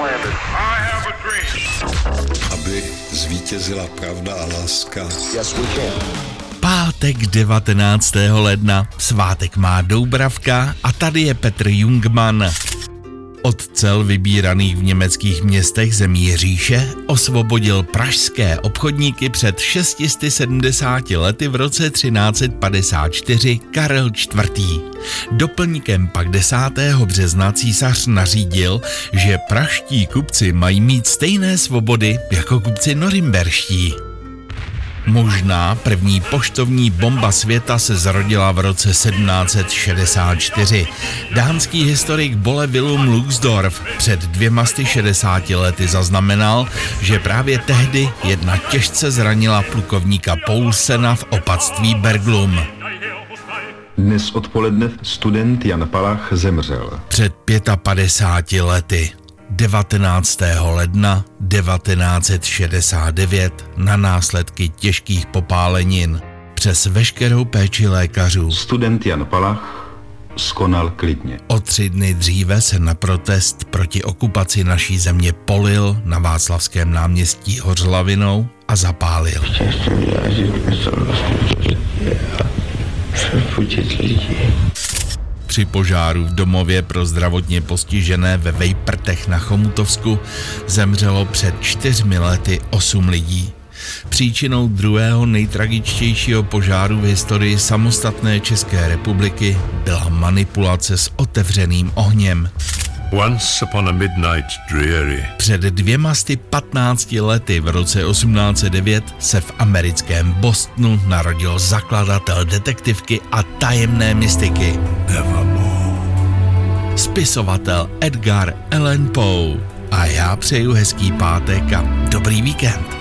Aby zvítězila pravda a láska. Yes, we can. Pátek 19. ledna, svátek má Doubravka a tady je Petr Jungmann. Od cel vybíraných v německých městech zemí říše osvobodil pražské obchodníky před 670 lety v roce 1354 Karel IV. Doplňkem pak 10. března císař nařídil, že pražští kupci mají mít stejné svobody jako kupci norimberští. Možná první poštovní bomba světa se zrodila v roce 1764. Dánský historik Bolle Willum Luxdorf před 260 lety zaznamenal, že právě tehdy jedna těžce zranila plukovníka Poulsena v opatství Berglum. Dnes odpoledne student Jan Palach zemřel. Před 55 lety. 19. ledna 1969 na následky těžkých popálenin. Přes veškerou péči lékařů Student Jan Palach skonal klidně. O 3 dny dříve se na protest proti okupaci naší země polil na Václavském náměstí hořlavinou a zapálil. Při požáru v domově pro zdravotně postižené ve Vejprtech na Chomutovsku zemřelo před 4 lety 8 lidí. Příčinou druhého nejtragičtějšího požáru v historii samostatné České republiky byla manipulace s otevřeným ohněm. Once upon a midnight dreary. Před 215 lety v roce 1809 se v americkém Bostonu narodil zakladatel detektivky a tajemné mystiky. Spisovatel Edgar Allan Poe. A já přeju hezký pátek a dobrý víkend.